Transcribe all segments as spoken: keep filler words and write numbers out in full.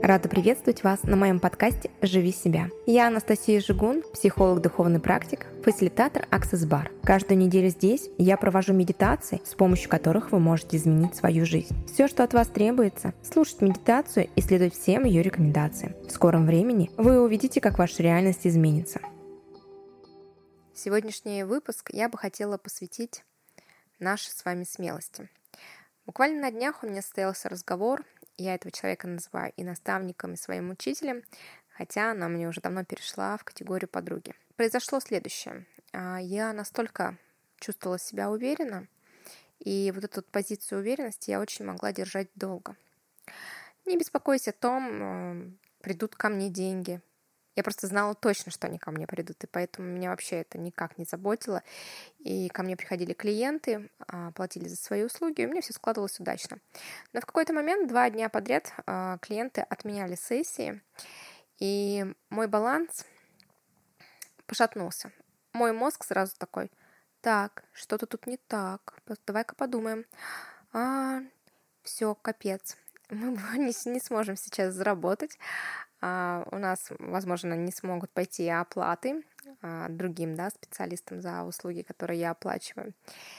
Рада приветствовать вас на моем подкасте «Живи себя». Я Анастасия Жигун, психолог, духовный практик, фасилитатор Access Bar. Каждую неделю здесь я провожу медитации, с помощью которых вы можете изменить свою жизнь. Все, что от вас требуется, слушать медитацию и следовать всем ее рекомендациям. В скором времени вы увидите, как ваша реальность изменится. Сегодняшний выпуск я бы хотела посвятить нашей с вами смелости. Буквально на днях у меня состоялся разговор. Я этого человека называю и наставником, и своим учителем, хотя она мне уже давно перешла в категорию подруги. Произошло следующее. Я настолько чувствовала себя уверенно, и вот эту позицию уверенности я очень могла держать долго. Не беспокойся о том, придут ко мне деньги. Я просто знала точно, что они ко мне придут, и поэтому меня вообще это никак не заботило. И ко мне приходили клиенты, платили за свои услуги, и у меня все складывалось удачно. Но в какой-то момент, два дня подряд, клиенты отменяли сессии, и мой баланс пошатнулся. Мой мозг сразу такой: так, что-то тут не так, давай-ка подумаем. А, все, капец. Мы не, не сможем сейчас заработать. А, у нас, возможно, не смогут пойти оплаты а, другим, да, специалистам за услуги, которые я оплачиваю.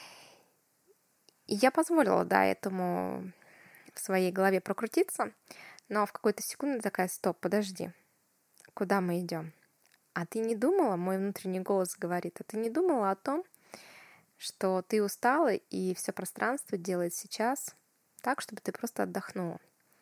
И я позволила, да, этому в своей голове прокрутиться, но в какой-то секунду такая: стоп, подожди, куда мы идем? А ты не думала, мой внутренний голос говорит, а ты не думала о том, что ты устала, и все пространство делает сейчас так, чтобы ты просто отдохнула?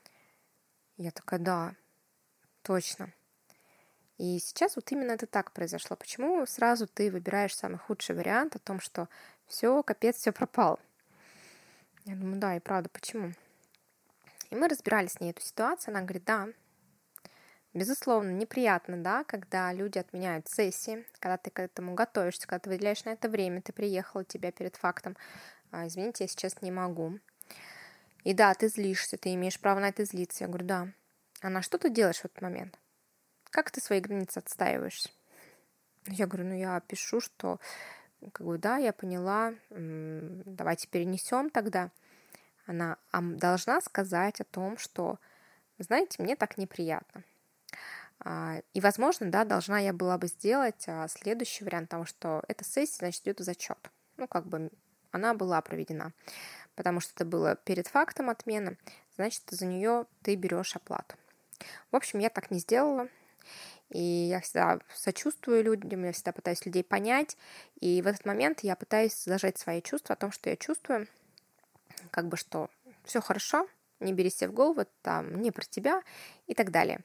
Я такая: да, точно. И сейчас вот именно это так произошло. Почему сразу ты выбираешь самый худший вариант о том, что все, капец, все пропало? Я думаю, да, и правда, почему? И мы разбирали с ней эту ситуацию. Она говорит: да, безусловно, неприятно, да, когда люди отменяют сессии, когда ты к этому готовишься, когда ты выделяешь на это время, ты приехала, тебя перед фактом: а, извините, я сейчас не могу. И да, ты злишься, ты имеешь право на это злиться. Я говорю: да. Она: что ты делаешь в этот момент? Как ты свои границы отстаиваешь? Я говорю: ну я пишу, что как бы, да, я поняла, давайте перенесем тогда. Она: а должна сказать о том, что, знаете, мне так неприятно. И, возможно, да, должна я была бы сделать следующий вариант того, что эта сессия, значит, идет в зачет. Ну, как бы она была проведена, потому что это было перед фактом отмены, значит, за нее ты берешь оплату. В общем, я так не сделала. И я всегда сочувствую людям, я всегда пытаюсь людей понять. И в этот момент я пытаюсь зажать свои чувства о том, что я чувствую, как бы, что все хорошо, не бери себе в голову, там, не про тебя и так далее.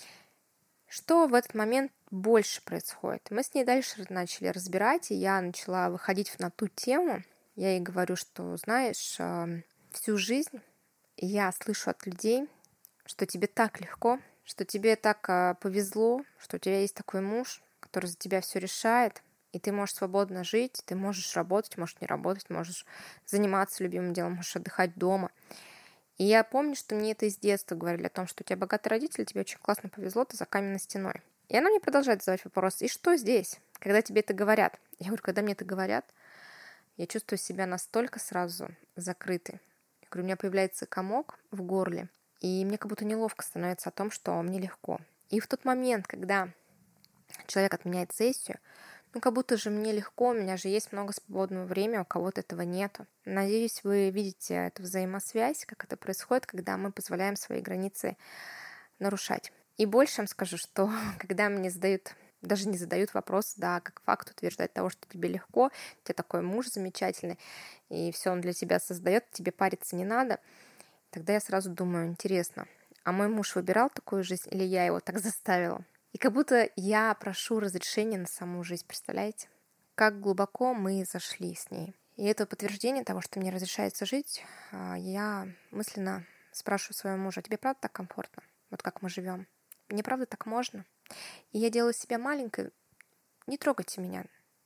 Что в этот момент больше происходит? Мы с ней дальше начали разбирать, и я начала выходить на ту тему. Я ей говорю, что, знаешь, всю жизнь я слышу от людей, что тебе так легко, что тебе так а, повезло, что у тебя есть такой муж, который за тебя все решает, и ты можешь свободно жить, ты можешь работать, можешь не работать, можешь заниматься любимым делом, можешь отдыхать дома. И я помню, что мне это из детства говорили о том, что у тебя богатый родитель, тебе очень классно повезло, ты за каменной стеной. И она мне продолжает задавать вопрос: и что здесь, когда тебе это говорят? Я говорю: когда мне это говорят, я чувствую себя настолько сразу закрытой. Я говорю: у меня появляется комок в горле, и мне как будто неловко становится о том, что мне легко. И в тот момент, когда человек отменяет сессию, ну как будто же мне легко, у меня же есть много свободного времени, у кого-то этого нету. Надеюсь, вы видите эту взаимосвязь, как это происходит, когда мы позволяем свои границы нарушать. И больше вам скажу, что когда мне задают, даже не задают вопрос, да, как факт утверждать того, что тебе легко, у тебя такой муж замечательный, и все он для тебя создает, тебе париться не надо, тогда я сразу думаю: интересно, а мой муж выбирал такую жизнь или я его так заставила? И как будто я прошу разрешения на саму жизнь, представляете? Как глубоко мы зашли с ней. И это подтверждение того, что мне разрешается жить, я мысленно спрашиваю своего мужа: а тебе правда так комфортно? Вот как мы живем? Мне правда так можно? И я делаю себя маленькой: не трогайте меня.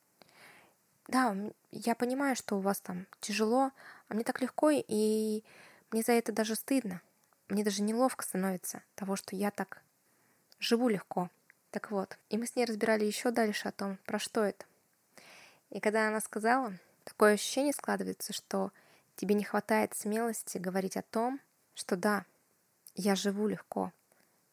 Да, я понимаю, что у вас там тяжело, а мне так легко, и мне за это даже стыдно. Мне даже неловко становится того, что я так живу легко. Так вот, и мы с ней разбирали еще дальше о том, про что это. И когда она сказала, такое ощущение складывается, что тебе не хватает смелости говорить о том, что да, я живу легко,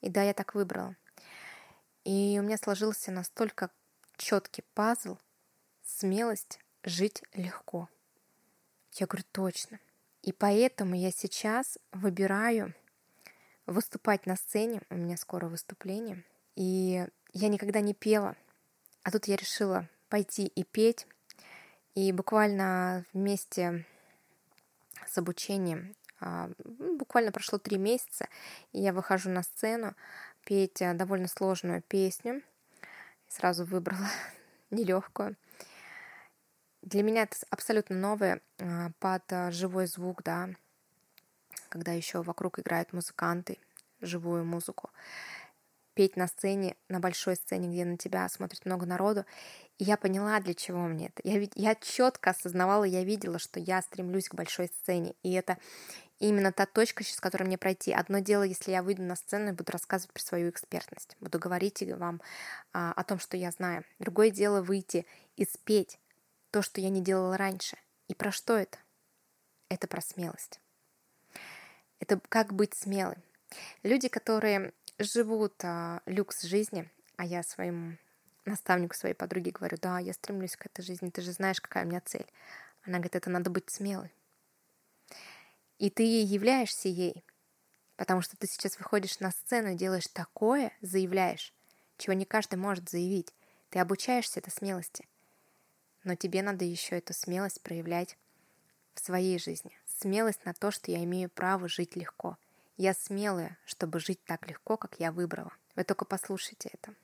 И да, я так выбрала. И у меня сложился настолько четкий пазл, смелость жить легко. Я говорю, точно. И поэтому я сейчас выбираю выступать на сцене. У меня скоро выступление. И я никогда не пела. А тут я решила пойти и петь. И буквально вместе с обучением, буквально прошло три месяца, и я выхожу на сцену петь довольно сложную песню. Сразу выбрала нелегкую. Для меня это абсолютно новое под живой звук, да, когда еще вокруг играют музыканты, живую музыку. Петь на сцене, на большой сцене, где на тебя смотрит много народу. И я поняла, для чего мне это. Я, я четко осознавала, я видела, что я стремлюсь к большой сцене. И это именно та точка, через которую мне пройти. Одно дело, если я выйду на сцену и буду рассказывать про свою экспертность. Буду говорить вам а, о том, что я знаю. Другое дело выйти и спеть то, что я не делала раньше. И про что это? Это про смелость. Это как быть смелым. Люди, которые живут а, люкс жизни, а я своему наставнику, своей подруге говорю, да, я стремлюсь к этой жизни, ты же знаешь, какая у меня цель. Она говорит, это надо быть смелой. И ты являешься ей, потому что ты сейчас выходишь на сцену и делаешь такое, заявляешь, чего не каждый может заявить. Ты обучаешься этой смелости. Но тебе надо еще эту смелость проявлять в своей жизни. Смелость на то, что я имею право жить легко. Я смелая, чтобы жить так легко, как я выбрала. Вы только послушайте это.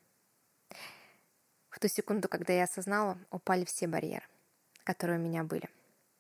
В ту секунду, когда я осознала, упали все барьеры, которые у меня были.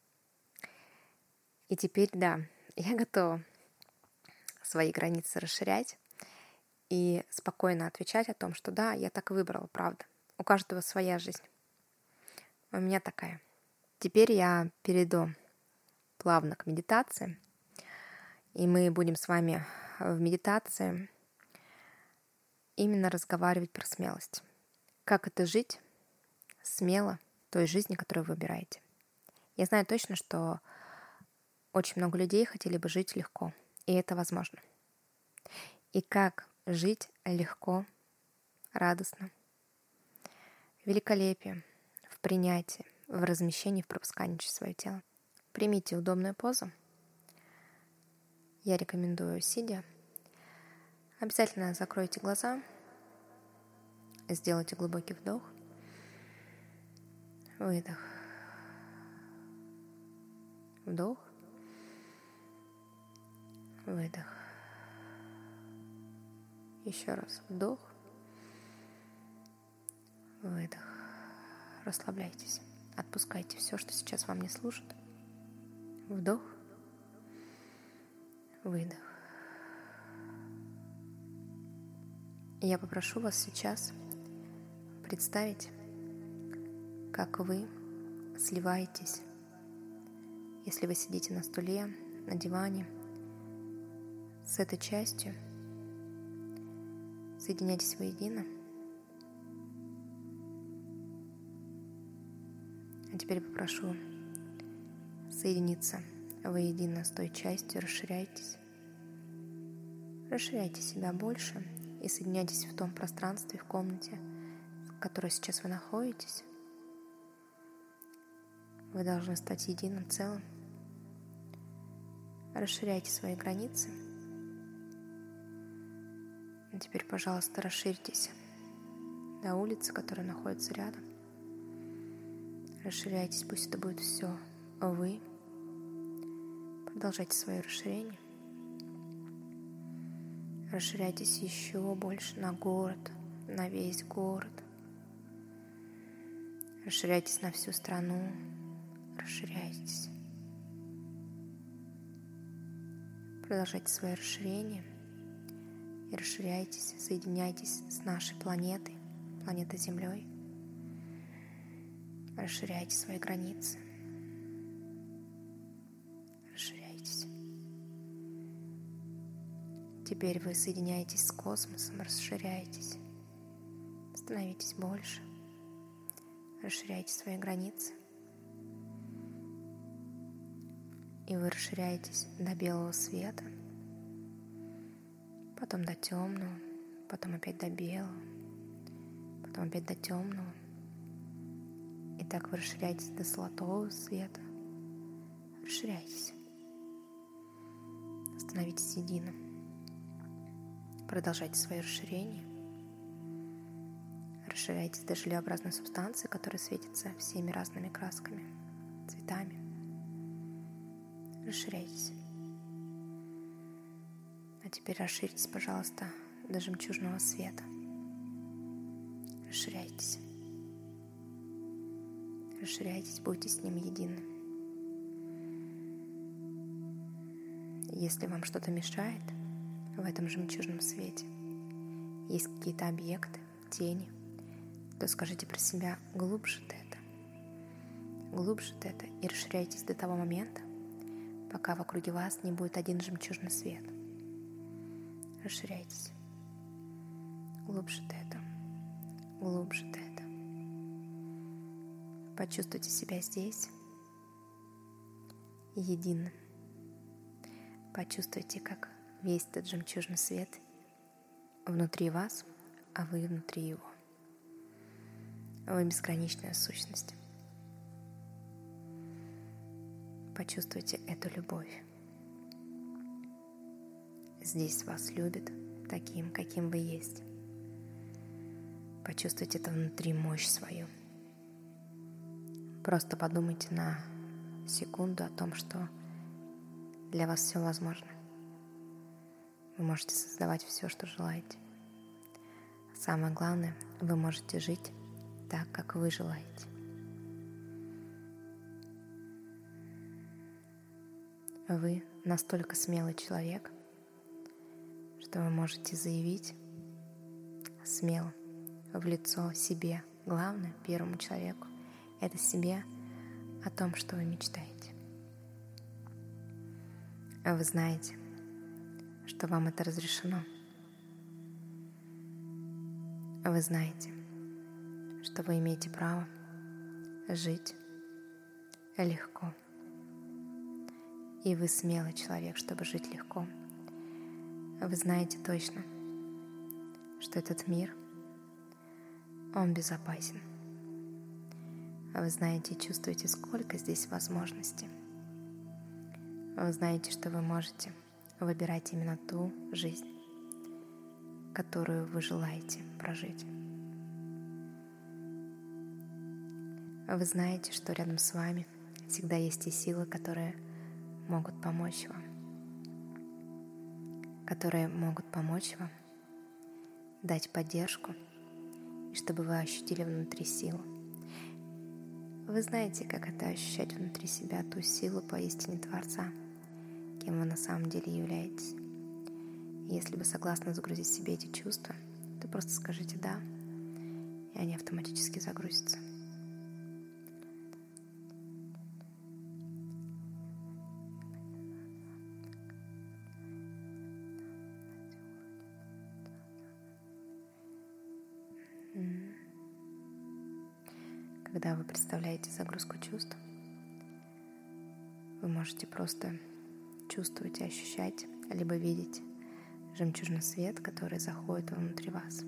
И теперь, да, я готова свои границы расширять и спокойно отвечать о том, что да, я так выбрала, правда. У каждого своя жизнь. У меня такая. Теперь я перейду плавно к медитации. И мы будем с вами в медитации именно разговаривать про смелость. Как это жить смело той жизни, которую вы выбираете. Я знаю точно, что очень много людей хотели бы жить легко, и это возможно. И как жить легко, радостно, в великолепии, в принятии, в размещении, в пропускании через свое тело. Примите удобную позу. Я рекомендую сидя. Обязательно закройте глаза, сделайте глубокий вдох, выдох, вдох, выдох. Еще раз вдох, выдох. Расслабляйтесь, отпускайте все, что сейчас вам не служит. Вдох, выдох. И я попрошу вас сейчас представить, как вы сливаетесь, если вы сидите на стуле, на диване, с этой частью, соединяйтесь воедино. А теперь попрошу соединиться воедино с той частью, расширяйтесь. Расширяйте себя больше и соединяйтесь в том пространстве, в комнате, в которой сейчас вы находитесь. Вы должны стать единым целым. Расширяйте свои границы. А теперь, пожалуйста, расширьтесь до улицы, которая находится рядом. Расширяйтесь, пусть это будет все вы. Продолжайте свое расширение. Расширяйтесь еще больше на город, на весь город. Расширяйтесь на всю страну. Расширяйтесь. Продолжайте свое расширение и расширяйтесь, соединяйтесь с нашей планетой, планетой Землей. Расширяйте свои границы. Расширяйтесь. Теперь вы соединяетесь с космосом, расширяетесь. Становитесь больше. Расширяйте свои границы. И вы расширяетесь до белого света, потом до темного, потом опять до белого, потом опять до темного. И так вы расширяетесь до золотого света. Расширяйтесь. Становитесь единым. Продолжайте свое расширение. Расширяйтесь до желеобразной субстанции, которая светится всеми разными красками, цветами. Расширяйтесь. А теперь расширьтесь, пожалуйста, до жемчужного света. Расширяйтесь. Расширяйтесь, будьте с ним едины. Если вам что-то мешает в этом жемчужном свете, есть какие-то объекты, тени, то скажите про себя: глубже ты это, глубже ты это, и расширяйтесь до того момента, пока в округе вас не будет один жемчужный свет. Расширяйтесь. Глубже ты это, глубже ты это. Почувствуйте себя здесь единым. Почувствуйте, как весь этот жемчужный свет внутри вас, а вы внутри его. Вы безграничная сущность. Почувствуйте эту любовь. Здесь вас любят таким, каким вы есть. Почувствуйте это внутри, мощь свою. Просто подумайте на секунду о том, что для вас все возможно. Вы можете создавать все, что желаете. Самое главное, вы можете жить так, как вы желаете. Вы настолько смелый человек, что вы можете заявить смело в лицо себе, главное, первому человеку, это себе, о том, что вы мечтаете. А вы знаете, что вам это разрешено. А вы знаете, что вы имеете право жить легко. И вы смелый человек, чтобы жить легко. Вы знаете точно, что этот мир, он безопасен. Вы знаете и чувствуете, сколько здесь возможностей. Вы знаете, что вы можете выбирать именно ту жизнь, которую вы желаете прожить. Вы знаете, что рядом с вами всегда есть те силы, которые могут помочь вам, которые могут помочь вам дать поддержку, и чтобы вы ощутили внутри силу. Вы знаете, как это ощущать внутри себя ту силу поистине Творца, кем вы на самом деле являетесь. И если вы согласны загрузить в себе эти чувства, то просто скажите «да», и они автоматически загрузятся. Когда вы представляете загрузку чувств, вы можете просто чувствовать и ощущать, либо видеть жемчужный свет, который заходит внутри вас.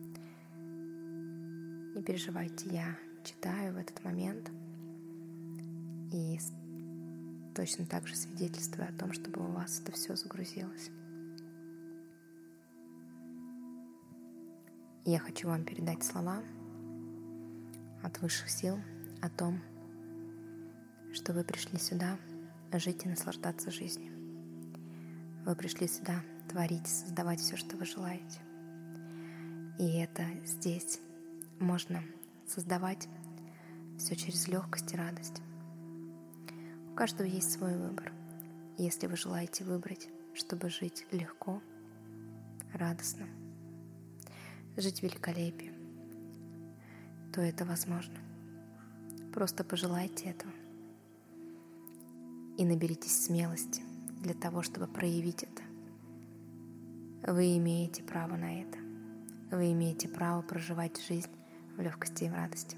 Не переживайте, я читаю в этот момент и точно так же свидетельствую о том, чтобы у вас это все загрузилось. Я хочу вам передать слова от высших сил о том, что вы пришли сюда жить и наслаждаться жизнью. Вы пришли сюда творить, создавать все, что вы желаете. И это здесь можно создавать все через легкость и радость. У каждого есть свой выбор. Если вы желаете выбрать, чтобы жить легко, радостно, жить в великолепии, то это возможно. Просто пожелайте этого и наберитесь смелости для того, чтобы проявить это. Вы имеете право на это. Вы имеете право проживать жизнь в легкости и в радости.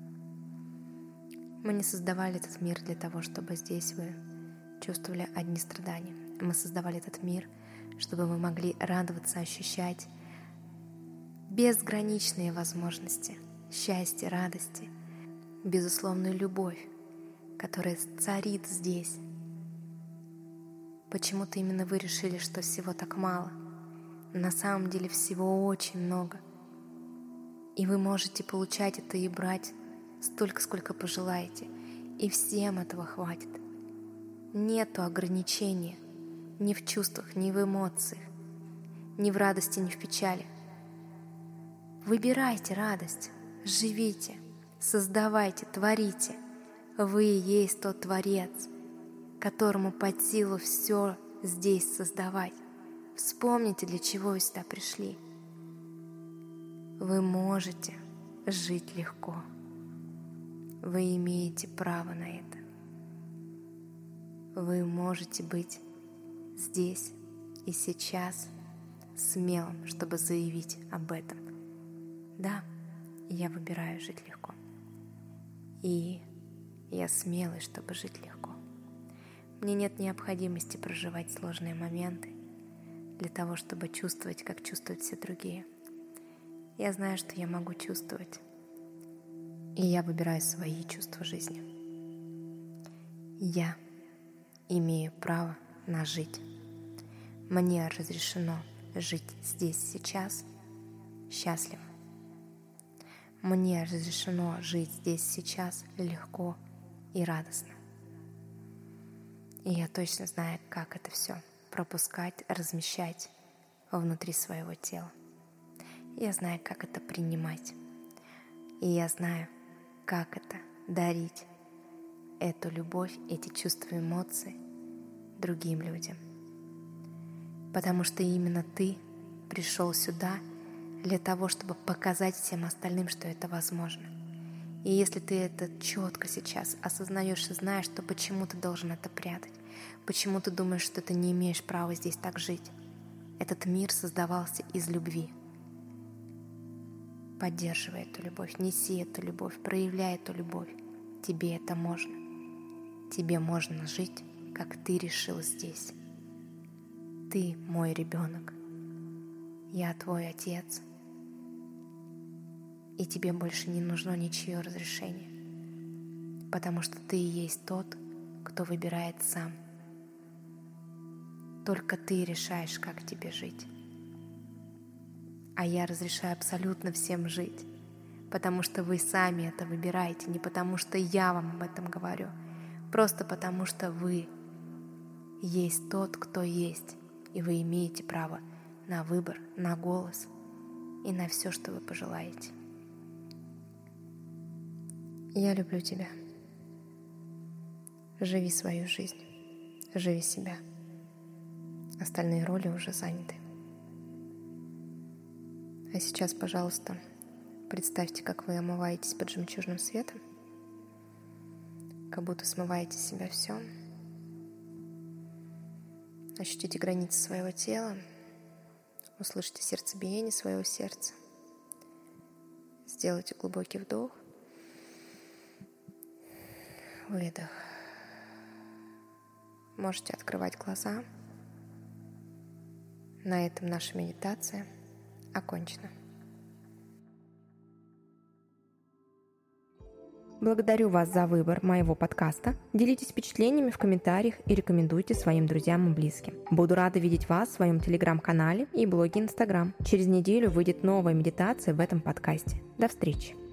Мы не создавали этот мир для того, чтобы здесь вы чувствовали одни страдания. Мы создавали этот мир, чтобы вы могли радоваться, ощущать безграничные возможности, счастья, радости, безусловную любовь, которая царит здесь. Почему-то именно вы решили, что всего так мало. На самом деле всего очень много. И вы можете получать это и брать столько, сколько пожелаете. И всем этого хватит. Нету ограничения ни в чувствах, ни в эмоциях, ни в радости, ни в печали. Выбирайте радость, живите, создавайте, творите. Вы и есть тот Творец, которому под силу все здесь создавать. Вспомните, для чего вы сюда пришли. Вы можете жить легко. Вы имеете право на это. Вы можете быть здесь и сейчас смелым, чтобы заявить об этом. Да, я выбираю жить легко. И я смелый, чтобы жить легко. Мне нет необходимости проживать сложные моменты для того, чтобы чувствовать, как чувствуют все другие. Я знаю, что я могу чувствовать. И я выбираю свои чувства жизни. Я имею право на жить. Мне разрешено жить здесь, сейчас, счастливо. Мне разрешено жить здесь, сейчас, легко и радостно. И я точно знаю, как это все пропускать, размещать внутри своего тела. Я знаю, как это принимать. И я знаю, как это дарить эту любовь, эти чувства, эмоции другим людям. Потому что именно ты пришел сюда для того, чтобы показать всем остальным, что это возможно. И если ты это четко сейчас осознаешь и знаешь, то почему ты должен это прятать? Почему ты думаешь, что ты не имеешь права здесь так жить? Этот мир создавался из любви. Поддерживай эту любовь, неси эту любовь, проявляй эту любовь. Тебе это можно. Тебе можно жить, как ты решил здесь. Ты мой ребенок. Я твой отец. И тебе больше не нужно ничье разрешение, потому что ты и есть тот, кто выбирает сам. Только ты решаешь, как тебе жить. А я разрешаю абсолютно всем жить, потому что вы сами это выбираете, не потому что я вам об этом говорю, просто потому что вы есть тот, кто есть, и вы имеете право на выбор, на голос и на все, что вы пожелаете. Я люблю тебя. Живи свою жизнь, живи себя. Остальные роли уже заняты. А сейчас, пожалуйста, представьте, как вы омываетесь под жемчужным светом, как будто смываете с себя все. Ощутите границы своего тела, услышите сердцебиение своего сердца. Сделайте глубокий вдох, выдох. Можете открывать глаза. На этом наша медитация окончена. Благодарю вас за выбор моего подкаста. Делитесь впечатлениями в комментариях и рекомендуйте своим друзьям и близким. Буду рада видеть вас в своем телеграм-канале и блоге Инстаграм. Через неделю выйдет новая медитация в этом подкасте. До встречи!